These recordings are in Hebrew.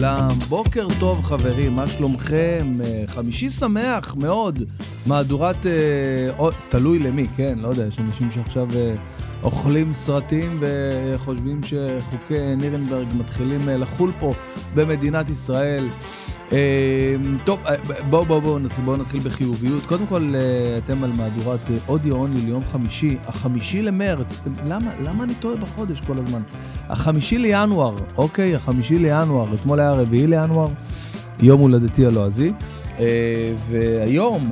לכולם, בוקר טוב חברים, מה שלומכם? חמישי שמח מאוד, מהדורת, תלוי למי, כן, לא יודע, יש אנשים שעכשיו אוכלים סרטים וחושבים שחוקי נירנברג מתחילים לחול פה במדינת ישראל. טוב, בואו נתחיל בחיוביות. קודם כל, אתם על מהדורת אודיו אונלי ליום חמישי, החמישי למרץ. למה אני טועה בחודש כל הזמן? החמישי לינואר, אוקיי, החמישי לינואר, אתמול היה 4 לינואר, יום הולדתי הלועזי, והיום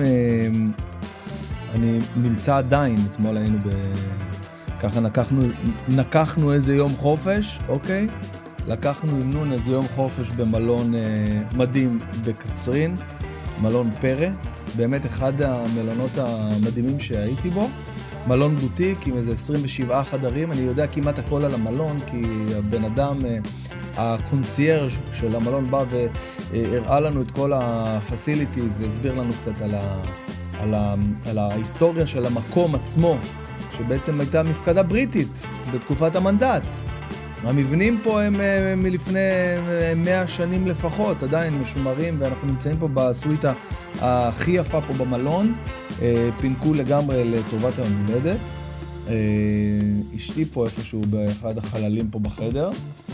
אני נמצא עדיין, אתמול היינו ככה נקחנו איזה יום חופש, אוקיי? לקחנו אימנון איזה יום חופש במלון מדהים בקצרין, מלון פרא, באמת אחד המלונות המדהימים שהייתי בו, מלון בוטיק עם איזה 27 חדרים, אני יודע כמעט הכל על המלון, כי הבן אדם, הקונסיירג' של המלון בא והראה לנו את כל הפסיליטיז והסביר לנו קצת על ההיסטוריה של המקום עצמו, שבעצם הייתה מפקדה בריטית בתקופת המנדט. המבנים פה הם מלפני 100 שנים לפחות, עדיין משומרים, ואנחנו נמצאים פה בסוויטה הכי יפה פה במלון, פינקו לגמרי לטובת המולדת. אשתי פה איפשהו באחד החללים פה בחדר.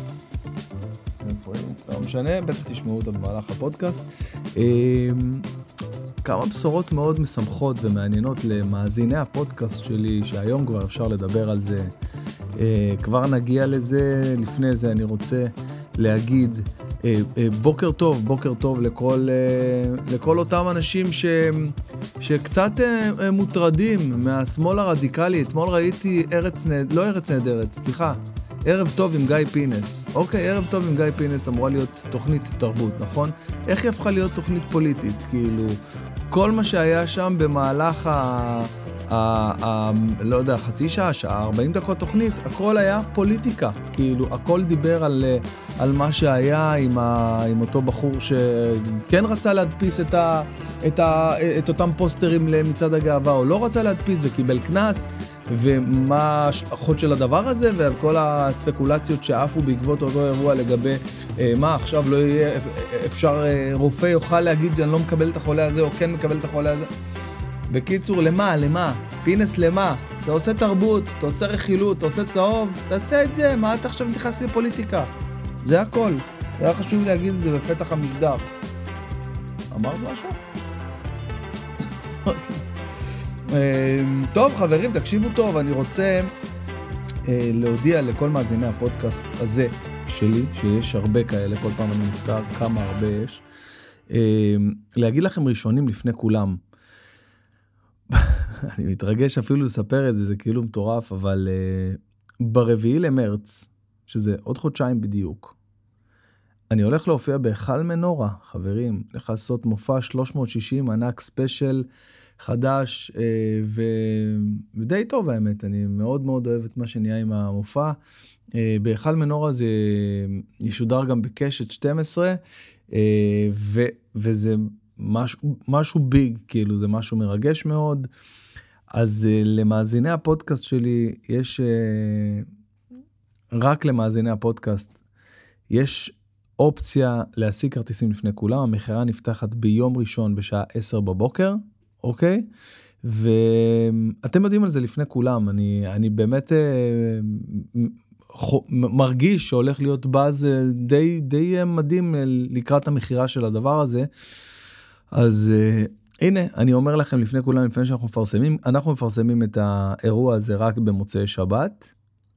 לא משנה, בטח תשמעו אותה במהלך הפודקאסט. כמה בשורות מאוד משמחות ומעניינות למאזיני הפודקאסט שלי, שהיום כבר אפשר לדבר על זה. כבר נגיע לזה. לפני זה אני רוצה להגיד בוקר טוב לכל אותם אנשים שקצת מוטרדים מהשמאל הרדיקלי. אתמול ראיתי ערב טוב עם גיא פינס. אוקיי, ערב טוב עם גיא פינס אמורה להיות תוכנית תרבות, נכון? איך היא הפכה להיות תוכנית פוליטית? כאילו, כל מה שהיה שם במהלך לא יודע, חצי שעה, 40 דקות תוכנית, הכל היה פוליטיקה. כאילו, הכל דיבר על מה שהיה עם אותו בחור שכן רצה להדפיס את אותם פוסטרים למצעד הגאווה, או לא רצה להדפיס וקיבל קנס, ומה ההשלכות של הדבר הזה, ועל כל הספקולציות שעפו בעקבות אותו אירוע לגבי מה עכשיו לא יהיה, אפשר, רופא יוכל להגיד אני לא מקבל את החולה הזה, או כן מקבל את החולה הזה. בקיצור, למה? פינס למה? אתה עושה תרבות, אתה עושה רכילות, אתה עושה צהוב, תעשה את זה, מה אתה עכשיו נכנס לפוליטיקה? זה הכל. זה היה חשוב להגיד את זה בפתח המשדר. אמרת משהו? טוב חברים, תקשיבו טוב, אני רוצה להודיע לכל מאזיני הפודקאסט הזה שלי, שיש הרבה כאלה, כל פעם אני מזכר כמה הרבה יש, להגיד לכם ראשונים לפני כולם. אני מתרגש אפילו לספר את זה, זה כאילו מטורף, אבל ב4 למרץ, שזה עוד חודשיים בדיוק, אני הולך להופיע בהיכל מנורה, חברים, הולך לעשות מופע 360 ענק ספיישל חדש, ודי טוב האמת, אני מאוד מאוד אוהב את מה שנהיה עם המופע. בהיכל מנורה זה ישודר גם בקשת 12, וזה משהו ביג, כאילו זה משהו מרגש מאוד. אז למאזיני הפודקאסט שלי יש, רק למאזיני הפודקאסט, יש אופציה להשיג כרטיסים לפני כולם. המחירה נפתחת ביום ראשון בשעה 10 בבוקר, אוקיי? ואתם יודעים על זה לפני כולם. אני באמת מרגיש שהולך להיות באז די מדהים לקראת המחירה של הדבר הזה. אז הנה, אני אומר לכם לפני כולם, לפני שאנחנו מפרסמים את האירוע הזה רק במוצאי שבת,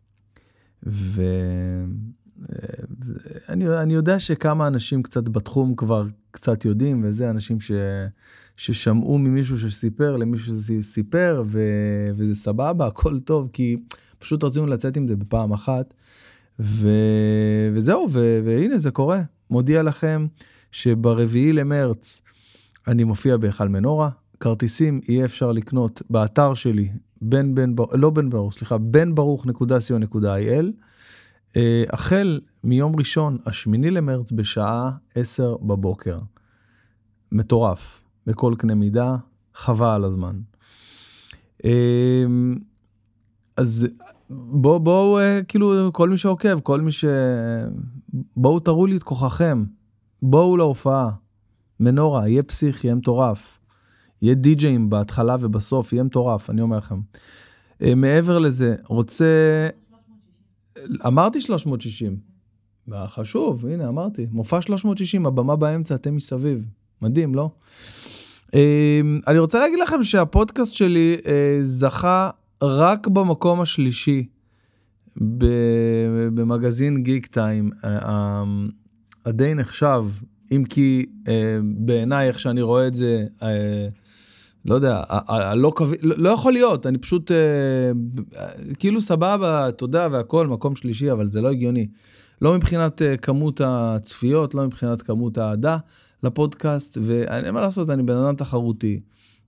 ואני יודע שכמה אנשים קצת בתחום כבר קצת יודעים, וזה אנשים ששמעו ממישהו שסיפר, למישהו שסיפר, וזה סבבה, הכל טוב, כי פשוט רצינו לצאת עם זה בפעם אחת, וזהו, והנה זה קורה. מודיע לכם שב4 למרץ, אני מופיע בהיכל מנורה. כרטיסים יהיה אפשר לקנות באתר שלי, benbarוך.co.il, החל מיום ראשון, 8 למרץ, בשעה 10 בבוקר. מטורף, בכל קנה מידה, חבל על הזמן. אז בואו, כאילו, כל מי שעוקב, בואו תראו לי את כוחכם. בואו להופעה. מנורה, יהיה פסיכי, יהיה מטורף. יהיה די-ג'יים בהתחלה ובסוף, יהיה מטורף, אני אומר לכם. מעבר לזה, אמרתי 360. חשוב, הנה, אמרתי. מופע 360, הבמה באמצע, אתם מסביב. מדהים, לא? אני רוצה להגיד לכם שהפודקאסט שלי זכה רק במקום השלישי במגזין גיק טיים. עדיין נחשב, אם כי בעיניי איך שאני רואה את זה, לא יודע, לא יכול להיות, אני פשוט כאילו סבבה, תודה והכל, מקום שלישי, אבל זה לא הגיוני. לא מבחינת כמות הצפיות, לא מבחינת כמות העדה לפודקאסט, ואין מה לעשות, אני בן אדם תחרותי,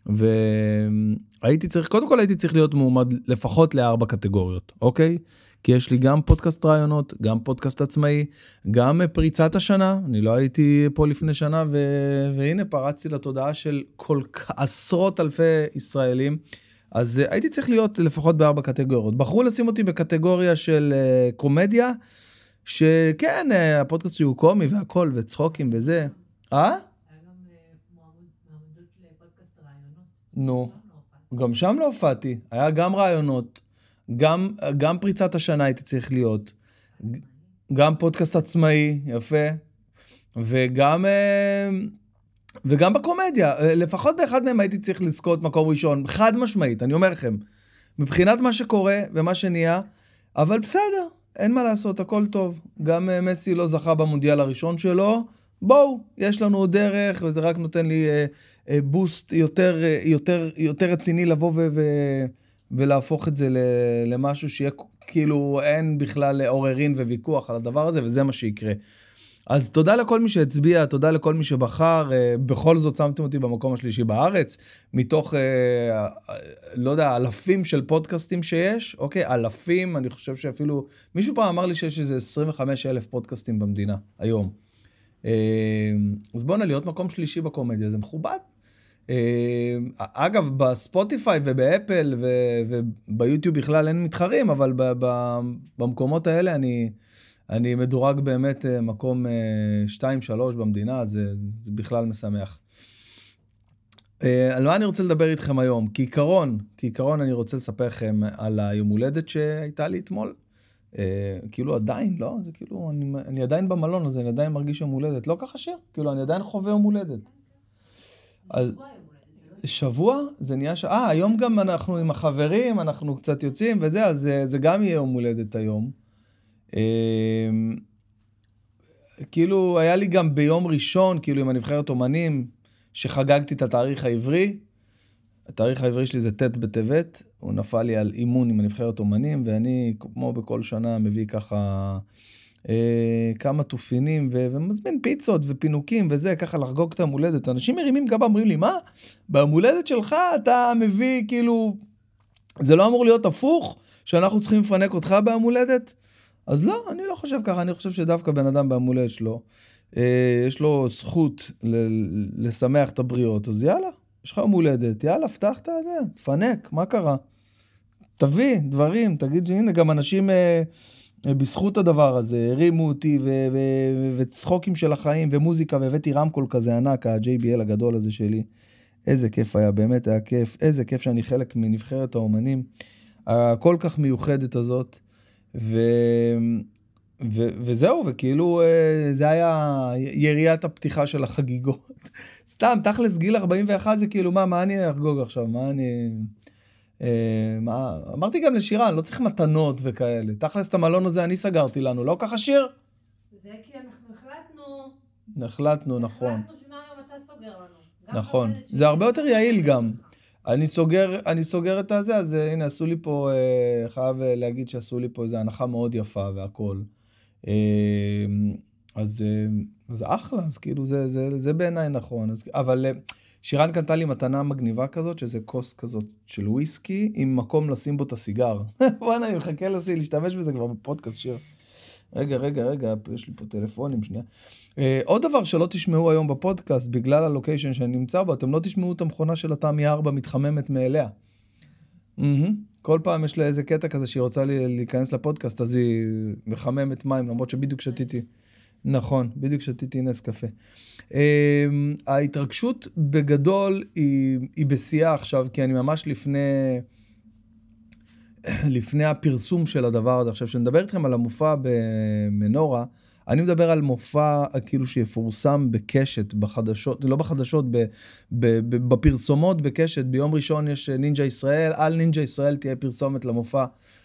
קודם כל הייתי צריך להיות מועמד לפחות ל4 קטגוריות, אוקיי? כי יש לי גם פודקאסט רעיונות, גם פודקאסט עצמאי, גם פריצת השנה, אני לא הייתי פה לפני שנה, והנה פרצתי לתודעה של עשרות אלפי ישראלים, אז הייתי צריך להיות לפחות ב4 קטגוריות. בחרו לשים אותי בקטגוריה של קומדיה, שכן, הפודקאסט שלי הוא קומי והכל, וצחוקים וזה. היה גם מועמדות לפודקאסט רעיונות. נו, גם שם לא הופעתי. היה גם רעיונות, גם פריצת השנה הייתי צריך להיות, גם פודקאסט עצמאי, יפה, וגם בקומדיה. לפחות באחד מהם הייתי צריך לזכות מקום ראשון, חד משמעית, אני אומר לכם, מבחינת מה שקורה ומה שנהיה, אבל בסדר. אין מה לעשות, הכל טוב. גם מסי לא זכה במונדיאל הראשון שלו. בואו, יש לנו דרך, וזה רק נותן לי בוסט יותר רציני לבוא ולהפוך את זה למשהו שיהיה כאילו אין בכלל עוררין וויכוח על הדבר הזה, וזה מה שיקרה. אז תודה לכל מי שהצביע, תודה לכל מי שבחר, בכל זאת שמתם אותי במקום השלישי בארץ, מתוך, לא יודע, אלפים של פודקאסטים שיש, אוקיי, אלפים, אני חושב שאפילו, מישהו פעם אמר לי שיש איזה 25,000 פודקאסטים במדינה, היום. אז בואו להיות מקום שלישי בקומדיה, זה מכובד. אגב, בספוטיפיי ובאפל וביוטיוב בכלל אין מתחרים, אבל במקומות האלה אני מדורג באמת מקום 2-3 במדינה, זה בכלל משמח. על מה אני רוצה לדבר איתכם היום? כעיקרון אני רוצה לספר לכם על היום הולדת שהייתה לי אתמול. כאילו עדיין, לא? זה כאילו, אני עדיין במלון הזה, אני עדיין מרגיש יום הולדת. לא ככה שיר, כאילו אני עדיין חווה יום הולדת. שבוע? זה נהיה היום גם אנחנו עם החברים, אנחנו קצת יוצאים וזה, אז זה גם יהיה יום הולדת היום. כאילו היה לי גם ביום ראשון, כאילו עם הנבחרת אומנים, שחגגתי את התאריך העברי. התאריך העברי שלי זה ט' בטבת, הוא נפל לי על אימון עם הנבחרת אומנים, ואני כמו בכל שנה מביא ככה כמה תופינים, ומזמין פיצות ופינוקים וזה, ככה לחגוג את המולדת. אנשים מרימים גבה, אומרים לי, מה? במולדת שלך אתה מביא כאילו, זה לא אמור להיות הפוך, שאנחנו צריכים לפנק אותך במולדת? אז לא, אני לא חושב ככה, אני חושב שדווקא בן אדם במולדת שלו, יש לו זכות לשמח את הבריות, אז יאללה, יש לך מולדת, יאללה, פתח את זה, תפנק, מה קרה? תביא דברים, תגיד שהנה, גם אנשים בזכות הדבר הזה, הרימו אותי וצחוקים של החיים ומוזיקה, והבאתי רמקול כזה ענק, ה-JBL הגדול הזה שלי, איזה כיף היה, באמת היה כיף, איזה כיף שאני חלק מנבחרת האומנים, הכל כך מיוחדת הזאת, וזהו, וכאילו זה היה יריית הפתיחה של החגיגות. סתם, תכלס גיל 41 זה כאילו, מה אני אחגוג עכשיו? אמרתי גם לשירה, אני לא צריך מתנות וכאלה. תכלס את המלון הזה אני סגרתי לנו, לא ככה שיר? זה כי אנחנו החלטנו, נכון. החלטנו שמהיום אתה סוגר לנו. נכון, זה הרבה יותר יעיל גם. אני סוגר את הזה, אז הנה, עשו לי פה, חייב להגיד שעשו לי פה איזו הנחה מאוד יפה והכל. אז אחלה, אז כאילו זה בעיניי נכון. אבל שירן קנתה לי מתנה מגניבה כזאת, שזה כוס כזאת של וויסקי, עם מקום לשים בו את הסיגר. בוא'נה, אני מחכה להשתמש בזה כבר בפודקאסט שיר. רגע, יש לי פה טלפונים, שנייה. עוד דבר שלא תשמעו היום בפודקאסט, בגלל הלוקיישן שאני נמצא בו, אתם לא תשמעו את המכונה של התמי 4 מתחממת מאליה. כל פעם יש לה איזה קטע כזה שהיא רוצה להיכנס לפודקאסט, אז היא מחממת מים, למרות שבדיוק שתיתי. נכון, בדיוק שתיתי נס קפה. ההתרגשות בגדול היא בשיאה עכשיו, כי אני ממש לפני הפרסום של הדבר הזה. עכשיו, כשנדבר איתכם על המופע במנורה, אני מדבר על מופע כאילו שיפורסם בקשת, בחדשות, לא בחדשות, בפרסומות בקשת. ביום ראשון יש נינג'ה ישראל, על נינג'ה ישראל תהיה פרסומת למופע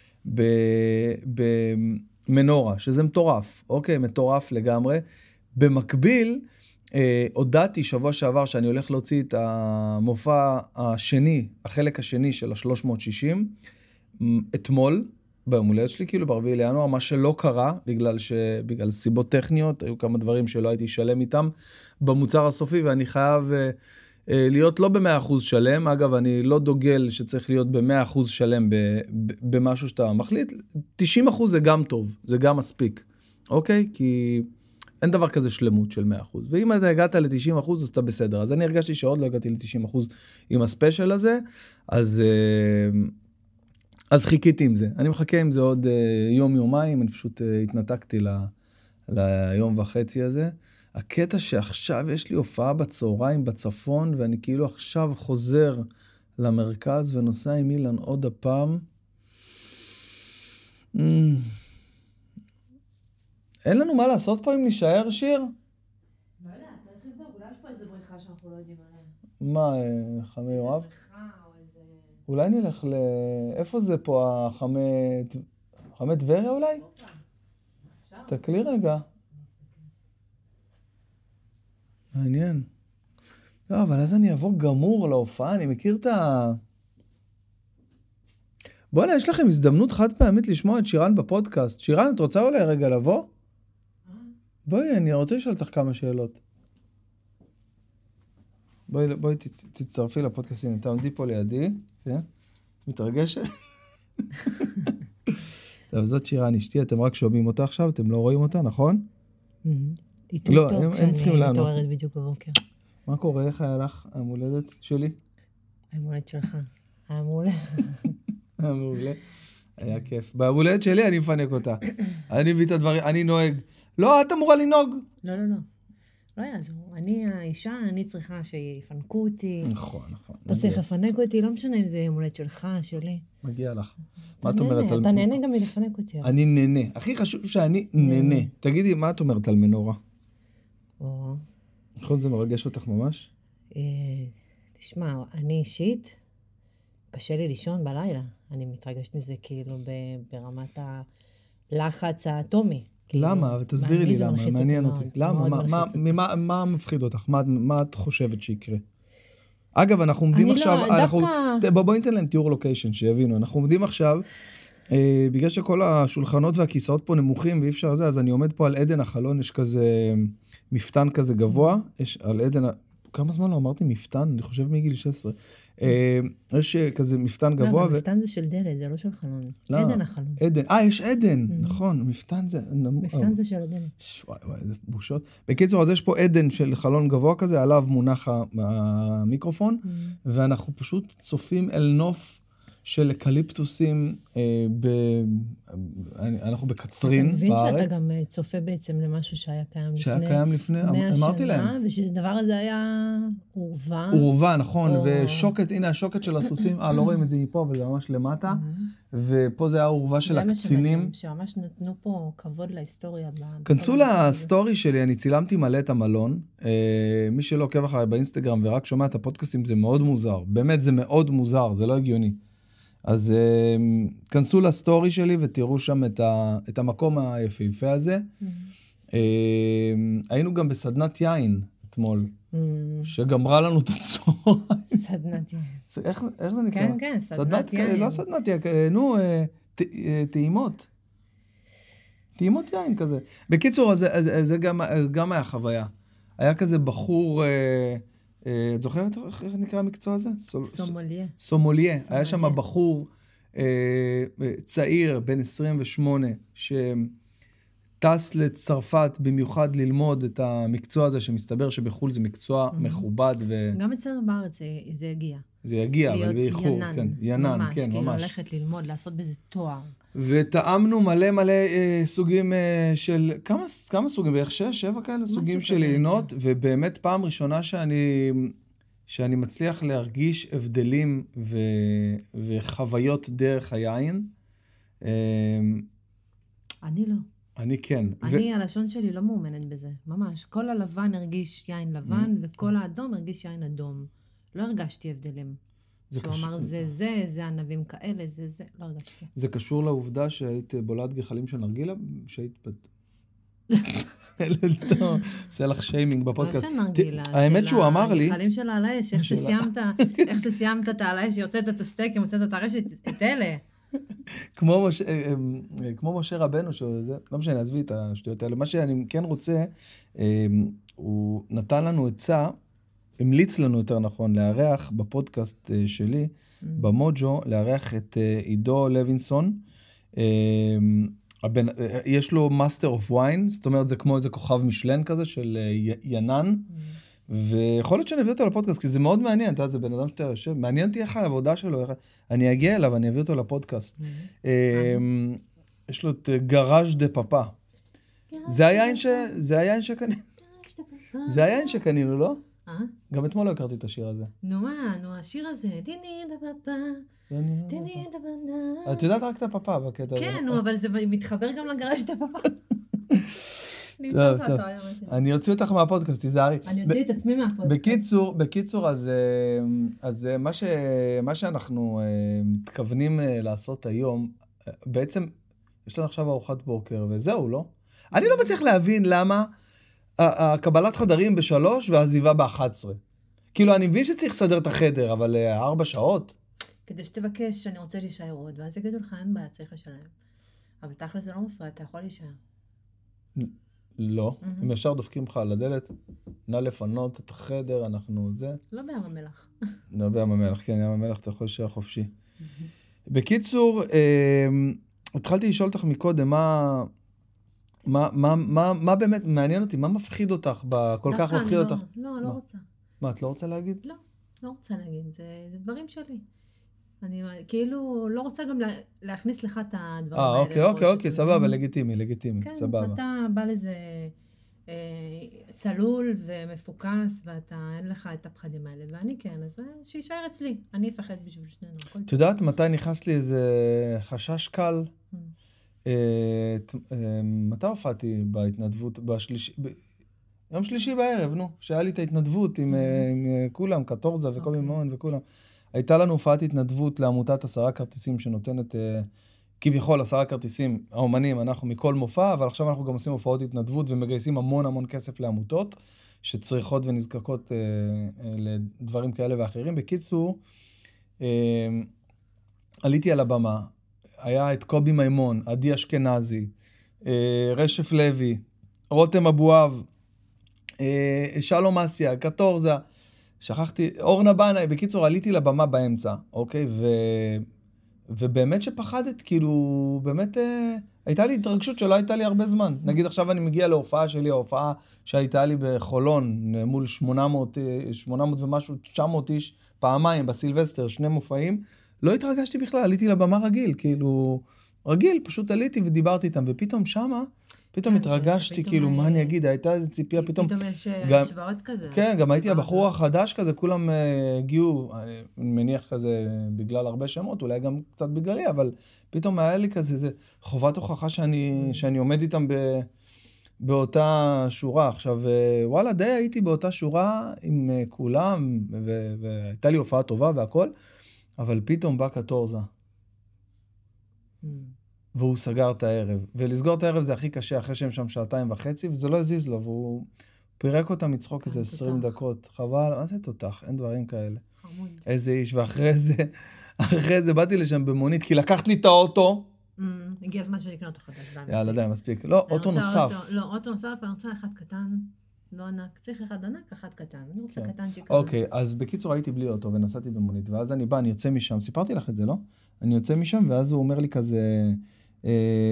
במנורה, שזה מטורף, אוקיי, מטורף לגמרי. במקביל, הודעתי שבוע שעבר שאני הולך להוציא את המופע השני, החלק השני של ה-360, אתמול, ביום הולדת שלי, כאילו ב4 לינואר, מה שלא קרה, בגלל סיבות טכניות, היו כמה דברים שלא הייתי שלם איתם במוצר הסופי, ואני חייב להיות לא ב100% שלם. אגב, אני לא דוגל שצריך להיות ב100% שלם במשהו שאתה מחליט. 90% זה גם טוב, זה גם מספיק, אוקיי? כי אין דבר כזה שלמות של 100%. ואם אתה הגעת ל-90%, אז אתה בסדר. אז אני הרגשתי שעוד לא הגעתי ל-90% עם הספיישל הזה, אז חיכיתי עם זה. אני מחכה עם זה עוד יום-יומיים, אני פשוט התנתקתי ליום וחצי הזה. הקטע שעכשיו יש לי הופעה בצהריים בצפון, ואני כאילו עכשיו חוזר למרכז ונוסע עם אילן עוד הפעם. אין לנו מה לעשות פה אם נשאר, שיר? לא יודע, צריך לבדוק, אולי יש פה איזה בריכה שאנחנו לא יודעים עליה. מה, חמי יואב? בריכה או איזה... אולי נלך איפה זה פה, חמי טבריה אולי? תסתכלי רגע. מעניין. לא, אבל אז אני אבוא גמור להופעה, אני מכיר את בוא'נה, יש לכם הזדמנות חד פעמית לשמוע את שירן בפודקאסט. שירן, את רוצה אולי רגע לבוא? בואי, אני רוצה לשאול אותך כמה שאלות. בואי תצטרפי לפודקאסט, הנה, תעמדי פה לידי, כן? מתרגשת? טוב, זאת שירן אשתי, אתם רק שומעים אותה עכשיו, אתם לא רואים אותה, נכון? לא, הם צריכים לענות. אני מתעוררת בדיוק בבוקר. מה קורה? איך היה לך המולדת שלי? המולדת שלך. המעולה. המעולה. היה כיף. במולדת שלי אני מפנק אותה. אני מביא את הדברים, אני נוהג. לא, את אמורה לנהוג. לא. לא יעזור. אני האישה, אני צריכה שיפנקו אותי. נכון. אתה צריך לפנק אותי, לא משנה אם זה המולדת שלך, שלי. מגיע לך. מה את אומרת על... אתה נהנה גם מלפנק אותי. אני נהנה. הכי חשוב שאני נהנה. תגידי, מה את אומרת על מנורה? נכון, זה מרגש אותך ממש? תשמע, אני אישית, קשה לי לישון בלילה. אני מתרגשת מזה כאילו ברמת הלחץ האטומי. למה? ותסבירי לי למה, מעניין אותי. למה? מה מפחיד אותך? מה את חושבת שיקרה? אגב, אנחנו עומדים עכשיו... בואי ניתן להם תיאור לוקיישן, שיבינו. אנחנו עומדים עכשיו, בגלל שכל השולחנות והכיסאות פה נמוכים ואי אפשר זה, אז אני עומד פה על עדן החלון, יש כזה מפתן כזה גבוה, יש על עדן... כמה זמן לא אמרתי מפתן? אני חושב מגיל 16. יש כזה מפתן גבוה. לא, אבל מפתן זה של דלת, זה לא של חלון. עדן החלון. עדן, יש עדן, נכון, מפתן זה... מפתן זה של הדלת. וואי, איזה בושות. בקיצור, אז יש פה עדן של חלון גבוה כזה, עליו מונח המיקרופון, ואנחנו פשוט צופים אל נוף של אקליפטוסים, אנחנו בקצרין בארץ. אתה מבין שאתה גם צופה בעצם למשהו שהיה קיים לפני 100 שנה, ושדבר הזה היה עורבה. עורבה, נכון, ושוקת, הנה השוקת של הסוסים, לא רואים את זה מפה, אבל זה ממש למטה, ופה זה היה עורבה של הקצינים. שממש נתנו פה כבוד להיסטוריה. כנסו לסטורי שלי, אני צילמתי מלא את המלון, מי שלא עוקב אחרי באינסטגרם ורק שומע את הפודקאסטים, זה מאוד מוזר, באמת זה מאוד מוזר, זה לא הגיוני. אז כנסו לסטורי שלי ותראו שם את המקום היפהפה הזה. היינו גם בסדנת יין אתמול, שגמרה לנו את הצהריים. סדנת יין. איך זה נקרא? כן, סדנת יין. לא סדנת יין, נו, טעימות. טעימות יין כזה. בקיצור, זה גם היה חוויה. היה כזה בחור... את זוכרת איך נקרא המקצוע הזה? סומוליה. סומוליה. היה שם בחור צעיר, בן 28, שטס לצרפת במיוחד ללמוד את המקצוע הזה, שמסתבר שבחול זה מקצוע מכובד. גם אצלנו בארץ זה הגיע. זה יגיע, אבל באיחור. כן, ינן, ממש, כן, כאילו ממש. ללכת ללמוד, לעשות בזה תואר. וטעמנו מלא סוגים של, כמה סוגים, בערך 6-7 כאלה סוגים של יינות, ובאמת פעם ראשונה שאני מצליח להרגיש הבדלים וחוויות דרך היין. אני לא. אני כן. הלשון שלי לא מאומנת בזה, ממש. כל הלבן הרגיש יין לבן, וכל האדום הרגיש יין אדום. לא הרגשתי הבדלים. שהוא אמר זה ענבים כאלה, זה, לא הרגשתי. זה קשור לעובדה שהיית בולעת גחלים של נרגילה? שהיית... עושה לך שיימינג בפודקאסט. לא של נרגילה. האמת שהוא אמר לי... גחלים של העלייש, איך שסיימת את העלייש, יוצאת את הסטייק, יוצאת את הרשת, את אלה. כמו משה רבנו, לא משנה, עזבי את השטויות האלה. מה שאני כן רוצה, הוא נתן לנו עצה, המליץ לנו יותר נכון, לארח בפודקאסט שלי, במוג'ו, לארח את עידו לוינסון. יש לו מאסטר אוף ויין, זאת אומרת, זה כמו איזה כוכב משלן כזה של ינן, ויכול להיות שאני אביא אותו לפודקאסט, כי זה מאוד מעניין, אתה יודע, זה בן אדם שאתה יושב, מעניין אותי איך העבודה שלו, אני אגיע אליו, אני אביא אותו לפודקאסט. יש לו את גראז' דה פאפה. זה היין שקנינו, לא? גם אתמול לא הכרתי את השיר הזה. נו, השיר הזה, דיני דה פאפה, דיני דה פאפה. את יודעת רק את הפאפה בקטע הזה. כן, אבל זה מתחבר גם לגראז' דה פאפה. טוב. אני אוציא אותך מהפודקאסט, תיזהרי. אני אוציא את עצמי מהפודקאסט. בקיצור, אז מה שאנחנו מתכוונים לעשות היום, בעצם יש לנו עכשיו ארוחת בוקר, וזהו, לא? אני לא מצליח להבין למה הקבלת חדרים ב3 והעזיבה ב11. כאילו, אני מבין שצריך לסדר את החדר, אבל 4 שעות? כדי שתבקש שאני רוצה להישאר עוד, ואז יגידו לך, אין בעיה, צריך לשלם. אבל תכל'ס זה לא מפריע, אתה יכול להישאר. לא, הם ישר דופקים לך על הדלת, נא לפנות את החדר, אנחנו זה. לא בים המלח. לא בים המלח, כן, ים המלח אתה יכול להישאר חופשי. בקיצור, התחלתי לשאול אותך מקודם, מה באמת מעניין אותי, מה מפחיד אותך, כל כך מפחיד אותך? לא, לא רוצה. מה, את לא רוצה להגיד? לא רוצה להגיד, זה דברים שלי. אני כאילו לא רוצה גם להכניס לך את הדברים האלה. אוקיי, סבבה, לגיטימי, סבבה. כן, אתה בא לזה צלול ומפוקס, ואתה אין לך את הפחדים האלה, ואני כן, אז שישאר אצלי. אני אפחד בשביל שנינו. את יודעת מתי נכנס לי איזה חשש קל? מתי הופעתי בהתנדבות? יום שלישי בערב, שהיה לי את ההתנדבות עם כולם, קטורזה וכל מימון וכולם. הייתה לנו הופעת התנדבות לעמותת 10 כרטיסים שנותנת כביכול 10 כרטיסים, האומנים, אנחנו מכל מופע, אבל עכשיו אנחנו גם עושים הופעות התנדבות ומגייסים המון כסף לעמותות שצריכות ונזקקות לדברים כאלה ואחרים. בקיצור, עליתי על הבמה, היה את קובי מימון, עדי אשכנזי, רשף לוי, רותם אבואב, שלום אסיה, קטורזה, שכחתי, אורנה בנאי, בקיצור, עליתי לבמה באמצע, אוקיי? ובאמת שפחדת, כאילו, באמת, הייתה לי התרגשות שלא הייתה לי הרבה זמן. נגיד, עכשיו אני מגיע להופעה שלי, ההופעה שהייתה לי בחולון, מול 800 ומשהו, 900 איש, פעמיים בסילבסטר, 2 מופעים, לא התרגשתי בכלל, עליתי לבמה רגיל, כאילו, רגיל, פשוט עליתי ודיברתי איתם, ופתאום שמה, פתאום התרגשתי, כאילו, מה אני אגיד, הייתה איזו ציפייה, פתאום יש השוואות כזה. כן, גם הייתי הבחור החדש כזה, כולם הגיעו, אני מניח כזה, בגלל הרבה שמות, אולי גם קצת בגללי, אבל פתאום היה לי כזה, זה חובת הוכחה שאני עומד איתם באותה שורה. עכשיו, וואלה, די הייתי באותה שורה עם כולם, והייתה לי הופעה טובה והכל, אבל פתאום בא קטורזה. והוא סגר את הערב. ולסגור את הערב זה הכי קשה, אחרי שהם שם 2.5, וזה לא הזיז לו, והוא פירק אותה מצחוק איזה 20 דקות. חבל, מה זה תותח? אין דברים כאלה. איזה איש, ואחרי זה באתי לשם במונית, כי לקחת לי את האוטו. הגיע הזמן שנקנה אותו חדש. יאללה, די, מספיק. לא, אוטו נוסף. לא, אוטו נוסף, אני רוצה אחד קטן, לא ענק. צריך אחד ענק, אחד קטן. אני רוצה קטן שכזה. אוקיי, אז בקיצור הייתי בלי אוטו, ונסעתי במונית, ואז אני בא, אני יוצא משם, סיפרתי לך את זה, לא? אני יוצא משם, ואז הוא אומר לי כזה,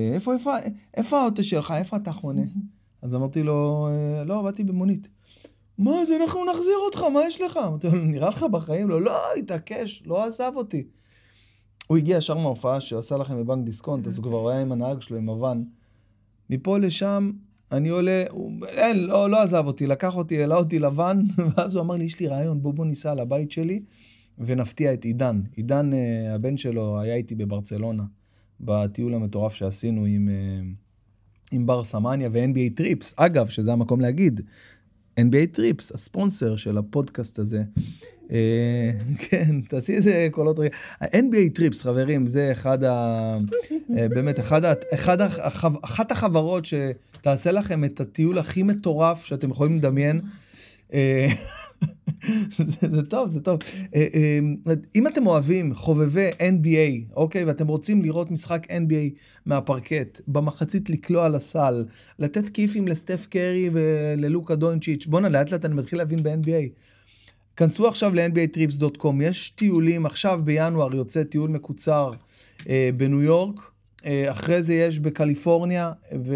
איפה האוטו שלך? איפה אתה חונה? אז אמרתי לו, לא, באתי במונית. מה זה, אנחנו נחזיר אותך, מה יש לך? אמרתי לו, נראה לך בחיים? לא, התעקש, לא עזב אותי. הוא הגיע ישר מההופעה שעשה לכם בבנק דיסקונט, אז הוא כבר היה עם הנהג שלו, עם אבן. מפה לשם, אני עולה, לא עזב אותי, לקח אותי, העלה אותי לבן, ואז הוא אמר לי, יש לי רעיון, בוא ניסע לבית שלי, ונפתיע את עידן. עידן, הבן שלו, היה איתי בברצלונה, בטיול המטורף שעשינו עם בר סמניה ו-NBA טריפס. אגב, שזה המקום להגיד, NBA טריפס, הספונסר של הפודקאסט הזה. כן, תעשי איזה קולות רגע. ה-NBA טריפס, חברים, זה באמת אחת החברות שתעשה לכם את הטיול הכי מטורף שאתם יכולים לדמיין. זה טוב, זה טוב. אם אתם אוהבים חובבי NBA, אוקיי, ואתם רוצים לראות משחק NBA מהפרקט, במחצית לקלוע לסל, לתת כיפים לסטף קרי וללוקה דונצ'יץ', בואו לאט לאט אני מתחיל להבין ב-NBA. כנסו עכשיו ל-NBAtrips.com, יש טיולים, עכשיו בינואר יוצא טיול מקוצר בניו יורק, אחרי זה יש בקליפורניה,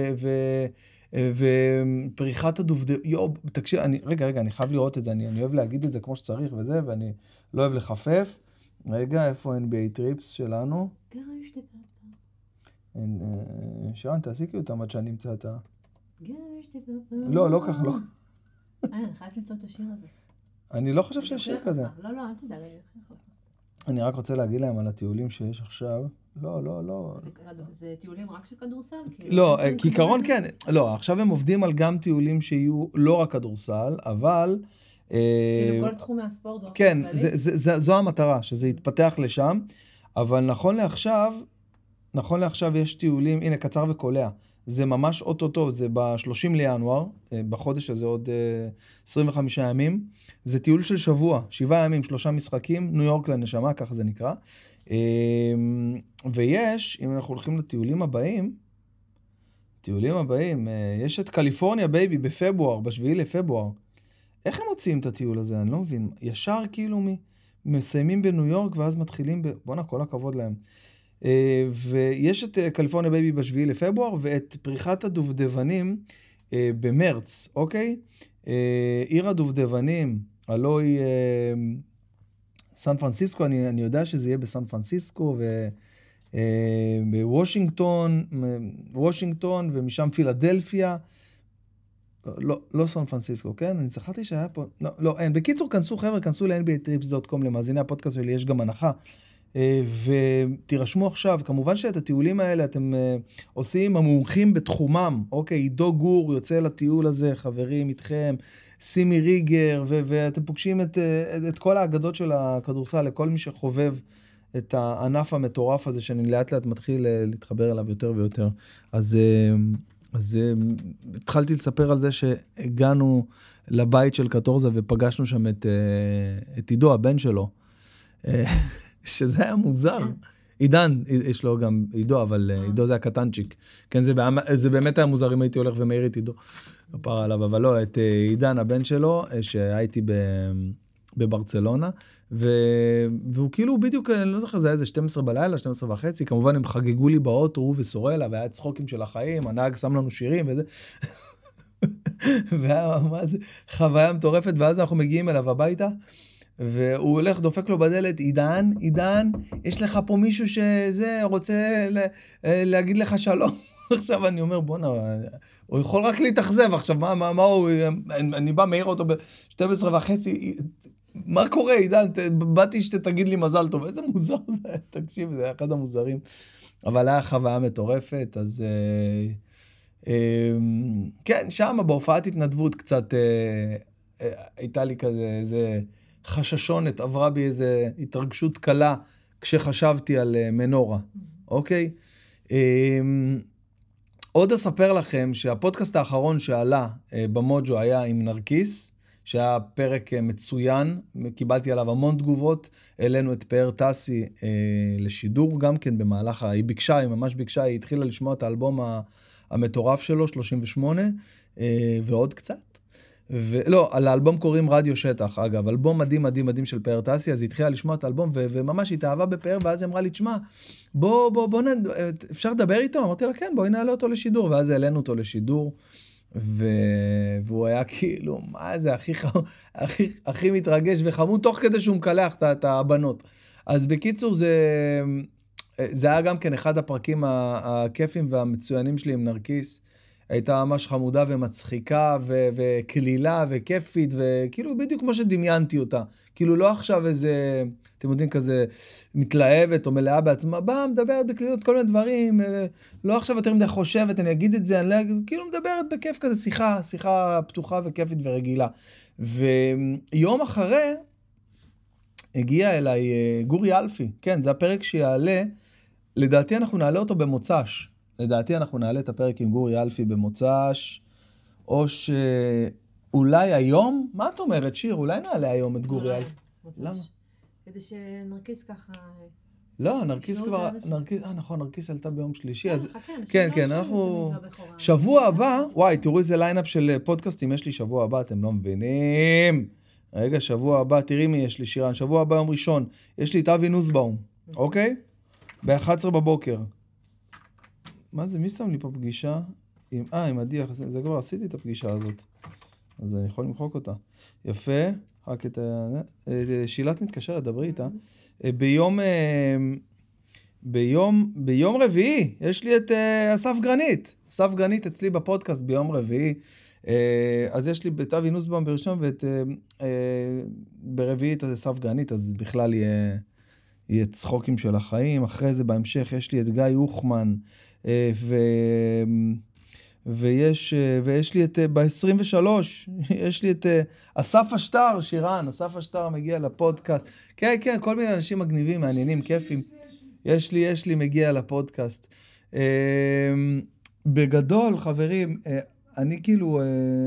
ופריחת הדובדבנים, תקשיב, רגע, אני חייב לראות את זה, אני אוהב להגיד את זה כמו שצריך וזה, ואני לא אוהב לחפף. רגע, איפה NBA Trips שלנו? שרן, תעסיקי אותם עד שאני אמצא את ה... לא ככה, לא. אני חייב למצוא את השיר הזה. אני לא חושב שיש שיר כזה. לא, אל תדאג. אני רק רוצה להגיד להם על הטיולים שיש עכשיו. לא. זה טיולים רק של כדורסל? לא, כעיקרון כן. לא, עכשיו הם עובדים על גם טיולים שיהיו לא רק כדורסל, אבל... כאילו כל תחומי הספורט. כן, זו המטרה, שזה יתפתח לשם. אבל נכון לעכשיו יש טיולים, הנה קצר וקולע. זה ממש אוטוטו, זה ב-30 לינואר, בחודש הזה עוד 25 ימים. זה טיול של שבוע, 7 ימים, 3 משחקים, ניו יורק לנשמה, ככה זה נקרא. ויש, אם אנחנו הולכים לטיולים הבאים, יש את קליפורניה בייבי בפברואר, ב7 לפברואר. איך הם מוציאים את הטיול הזה? אני לא מבין. ישר כאילו מסיימים בניו יורק ואז מתחילים בוא'נה, כל הכבוד להם. ויש את קליפורניה בייבי ב7 לפברואר, ואת פריחת הדובדבנים במרץ, אוקיי? עיר הדובדבנים, הלוא היא סן פרנסיסקו, אני יודע שזה יהיה בסן פרנסיסקו, בוושינגטון, ומשם פילדלפיה, לא סן פרנסיסקו, כן? אני זכרתי שהיה פה, לא, אין. בקיצור, כנסו ל-NBAtrips.com, למאזיני הפודקאסט שלי, יש גם הנחה. ותירשמו עכשיו, כמובן שאת הטיולים האלה אתם עושים המומחים בתחומם, אוקיי, עידו גור יוצא לטיול הזה, חברים איתכם, סימי ריגר, ואתם פוגשים את כל האגדות של הכדורסל, לכל מי שחובב את הענף המטורף הזה, שאני לאט לאט מתחיל להתחבר אליו יותר ויותר. אז התחלתי לספר על זה שהגענו לבית של קטורזה, ופגשנו שם את עידו, הבן שלו, שזה היה מוזר. עידן, יש לו גם עידו, אבל עידו זה הקטנצ'יק. כן, זה באמת היה מוזר אם הייתי הולך ומאיר את עידו. הפרה עליו, אבל לא, את עידן, הבן שלו, שהייתי בברצלונה, והוא כאילו בדיוק, אני לא זוכר, זה היה איזה 12 בלילה, 12 וחצי, כמובן הם חגגו לי באוטו, הוא וסורלה, והיה צחוקים של החיים, הנהג שם לנו שירים וזה. ומה זה, חוויה מטורפת, ואז אנחנו מגיעים אליו הביתה, והוא הולך, דופק לו בדלת, עידן, יש לך פה מישהו שזה רוצה להגיד לך שלום. עכשיו אני אומר, בוא'נה, הוא יכול רק להתאכזב עכשיו, מה הוא, אני בא מהיר אותו ב-12 וחצי, מה קורה, עידן? באתי שתגיד לי מזל טוב, איזה מוזר זה, תקשיב, זה היה אחד המוזרים, אבל היה חוויה מטורפת, אז כן, שם בהופעת התנדבות קצת, הייתה לי כזה, איזה חששונת, עברה בי איזה התרגשות קלה, כשחשבתי על מנורה, אוקיי? עוד אספר לכם שהפודקאסט האחרון שעלה במוג'ו היה עם נרקיס, שהיה פרק מצוין, קיבלתי עליו המון תגובות, העלינו את פאר טסי לשידור גם כן במהלך, היא ממש ביקשה, היא התחילה לשמוע את האלבום המטורף שלו, 38, ועוד קצת. ולא, על האלבום קוראים רדיו שטח, אגב, אלבום מדהים מדהים מדהים של פאר טסי, אז היא התחילה לשמוע את האלבום, וממש התאהבה בפאר, ואז היא אמרה לי, תשמע, בוא, אפשר לדבר איתו? אמרתי לה, כן, בואי נעלה אותו לשידור, ואז העלינו אותו לשידור, והוא היה כאילו, מה זה, הכי מתרגש וחמוד, תוך כדי שהוא מקלח את הבנות. אז בקיצור, זה היה גם כן אחד הפרקים הכיפים והמצוינים שלי עם נרקיס. הייתה ממש חמודה ומצחיקה וכלילה וכיפית, וכאילו בדיוק כמו שדמיינתי אותה. כאילו לא עכשיו איזה, אתם יודעים, כזה מתלהבת או מלאה בעצמה, מדברת בכלילות כל מיני דברים, לא עכשיו יותר מדי חושבת, אני אגיד את זה, אני לא, כאילו מדברת בכיף כזה, שיחה פתוחה וכיפית ורגילה. ויום אחרי הגיע אליי גורי אלפי, כן, זה הפרק שיעלה, לדעתי אנחנו נעלה אותו במוצ"ש. לדעתי אנחנו נעלה את הפרק עם גורי אלפי במוצ"ש, או שאולי היום? מה את אומרת, שיר? אולי נעלה היום את גורי אלפי? למה? כדי שנרקיס ככה... לא, נרקיס כבר... נכון, נרקיס עלתה ביום שלישי, אז... כן, אנחנו... שבוע הבא, וואי, תראו איזה ליינאפ של פודקאסטים יש לי שבוע הבא, אתם לא מבינים. רגע, שבוע הבא, תראי מי יש לי, שירן. שבוע הבא, יום ראשון, יש לי את אבי נוסבאום, אוקיי? ב-11 בבוקר. מה זה? מי שם לי פה פגישה? עם עדי, זה כבר עשיתי את הפגישה הזאת. אז אני יכול למחוק אותה. יפה, רק את שילת מתקשרת, דברי איתה. ביום רביעי, יש לי את אסף גרנית. אסף גרנית אצלי בפודקאסט ביום רביעי. אז יש לי את אבי נוסבאום בראשון, ברביעי את אסף גרנית, אז בכלל יהיה צחוקים של החיים. אחרי זה בהמשך יש לי את גיא אוחמן, ויש לי את, ב-23, יש לי את אסף אשטר, שירן, אסף אשטר מגיע לפודקאסט. כן, כל מיני אנשים מגניבים, מעניינים, כיפים. יש לי מגיע לפודקאסט. בגדול, חברים, אני כאילו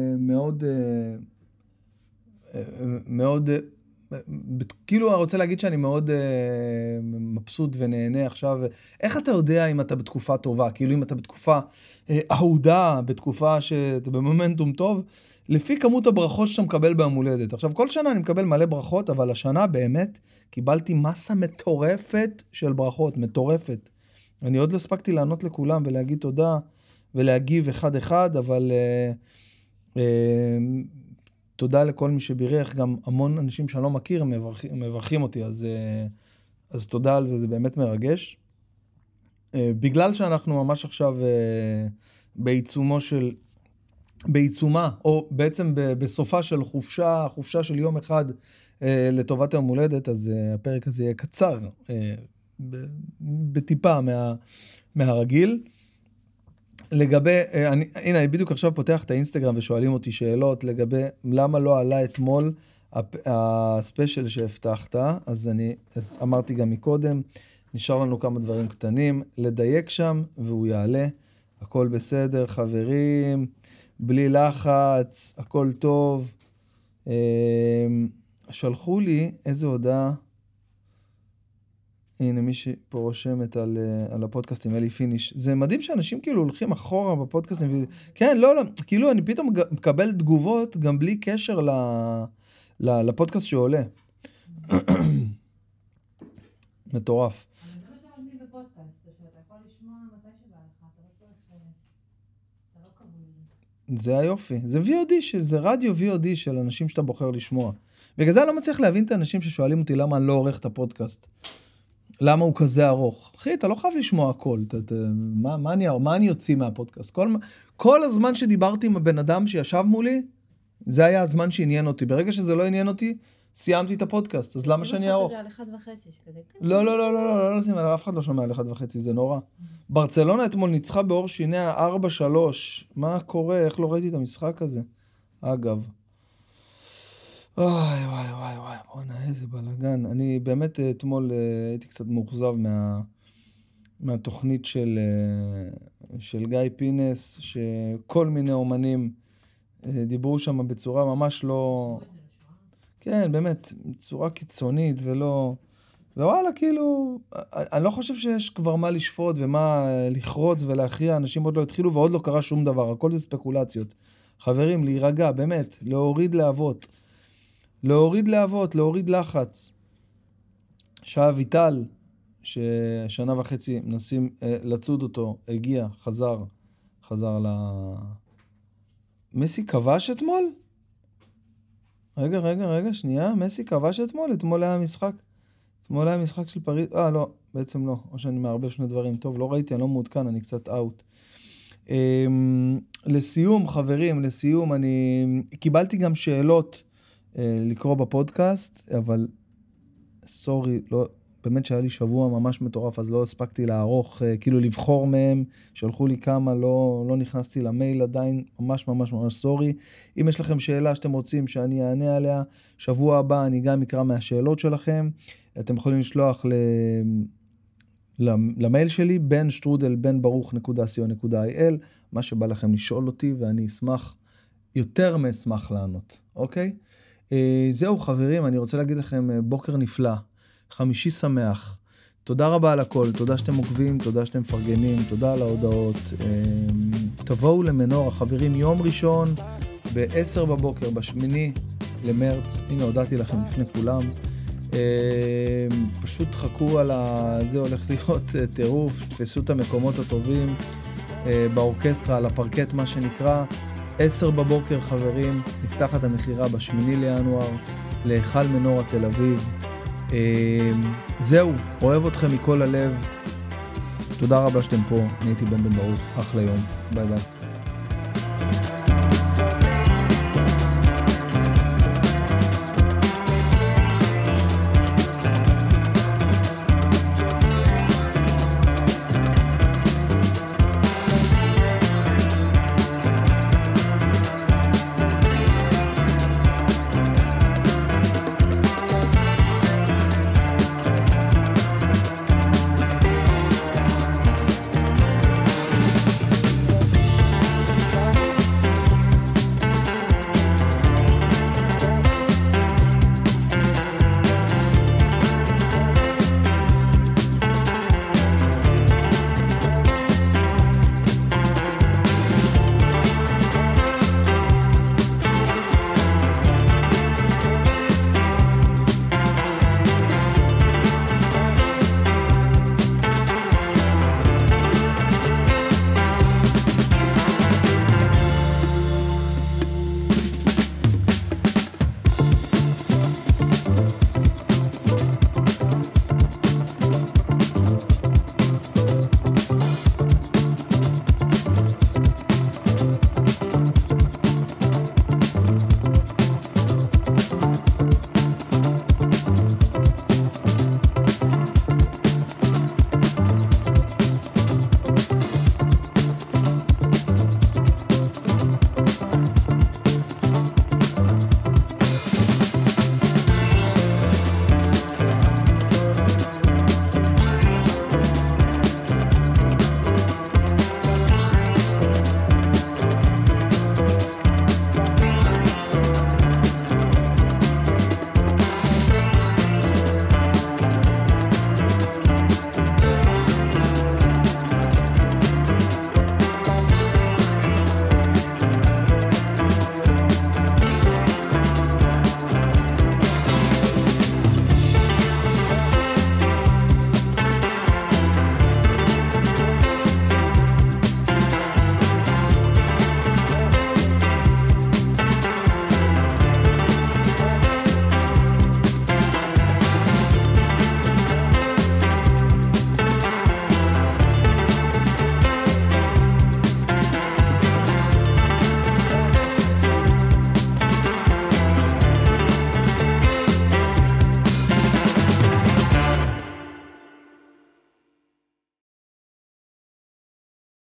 מאוד, כאילו אני רוצה להגיד שאני מאוד מבסוט ונהנה עכשיו. איך אתה יודע אם אתה בתקופה טובה? כאילו אם אתה בתקופה אהודה, בתקופה שאתה במומנטום טוב, לפי כמות הברכות שאתה מקבל ביום הולדת. עכשיו, כל שנה אני מקבל מלא ברכות, אבל השנה באמת קיבלתי מסה מטורפת של ברכות, מטורפת. אני עוד לא הספקתי לענות לכולם ולהגיד תודה ולהגיב אחד, אבל תודה לכל מי שבירך, גם המון אנשים שאני לא מכיר מברכים אותי, אז תודה על זה, זה באמת מרגש. בגלל שאנחנו ממש עכשיו בעיצומה, או בעצם בסופה של חופשה של יום אחד לטובת היום הולדת, אז הפרק הזה יהיה קצר, בטיפה מהרגיל. לגבי, הנה, אני בדיוק עכשיו פותח את האינסטגרם ושואלים אותי שאלות לגבי למה לא עלה אתמול הספיישל שהבטחת, אז אמרתי גם מקודם, נשאר לנו כמה דברים קטנים, לדייק שם והוא יעלה, הכל בסדר, חברים, בלי לחץ, הכל טוב. שלחו לי איזה הודעה, הנה מי שפה רושמת על הפודקאסט עם אלי פיניש. זה מדהים שאנשים כאילו הולכים אחורה בפודקאסטים. כן, לא, כאילו אני פתאום מקבל תגובות גם בלי קשר לפודקאסט שעולה. מטורף. אני לא שמעתי בפודקאסט, שאתה יכול לשמוע מתי שבא לך, אתה לא צריך, אתה לא קבול. זה היופי. זה VOD, זה רדיו VOD של אנשים שאתה בוחר לשמוע. בגלל זה אני לא מצליח להבין את האנשים ששואלים אותי למה אני לא עורך את הפודקאסט. למה הוא כזה ארוך? אחי, אתה לא חייב לשמוע הכל. מה אני יוציא מהפודקאסט? כל הזמן שדיברתי עם הבן אדם שישב מולי, זה היה הזמן שעניין אותי. ברגע שזה לא עניין אותי, סיימתי את הפודקאסט. אז למה שאני ארוך? זה על 1.5 שכזה. לא, אף אחד לא שומע על 1.5, זה נורא. ברצלונה אתמול ניצחה באור שיניה 4-3. מה קורה? איך לא ראיתי את המשחק הזה? אגב. וואי, בוא'נה, איזה בלגן. אני באמת אתמול הייתי קצת מאוכזב מהתוכנית של גיא פינס, שכל מיני אומנים דיברו שם בצורה ממש לא... כן, באמת, בצורה קיצונית ולא... ווואלה, כאילו, אני לא חושב שיש כבר מה לשפוט ומה לחרוץ ולהכריע. אנשים עוד לא התחילו ועוד לא קרה שום דבר. הכל זה ספקולציות. חברים, להירגע, באמת, להוריד להוריד לחץ. שעה ויטל, ששנה וחצי מנסים לצוד אותו, הגיע, חזר מסי כבש אתמול? רגע, שנייה, מסי כבש אתמול היה משחק. אתמול היה משחק של פריז, לא, בעצם לא, או שאני מערבב שני דברים. טוב, לא ראיתי, אני לא מעודכן, אני קצת אאוט. לסיום, חברים, אני קיבלתי גם שאלות לקרוא בפודקאסט, אבל סורי, לא, באמת שהיה לי שבוע ממש מטורף, אז לא הספקתי לערוך, כאילו לבחור מהם, שלחו לי כמה, לא נכנסתי למייל עדיין, ממש סורי. אם יש לכם שאלה שאתם רוצים שאני אענה עליה, שבוע הבא אני גם אקרא מהשאלות שלכם, אתם יכולים לשלוח למייל שלי, ben@benbarukh.co.il, מה שבא לכם לשאול אותי, ואני אשמח, יותר מאשמח לענות, אוקיי? זהו חברים, אני רוצה להגיד לכם בוקר נפלא, חמישי שמח, תודה רבה על הכל, תודה שאתם עוקבים, תודה שאתם מפרגנים, תודה על ההודעות, תבואו למנורה, חברים, יום ראשון, ב-10 בבוקר, ב8 למרץ, הנה הודעתי לכם לפני כולם, פשוט חכו על זה הולך להיות טירוף, תפסו את המקומות הטובים באורקסטרה, על הפרקט מה שנקרא, 10 בבוקר חברים, נפתחת המחירה ב8 לינואר, להיכל מנורה תל אביב. זהו, אוהב אתכם מכל הלב, תודה רבה שאתם פה, אני הייתי בן ברוך, אחלה יום, ביי ביי.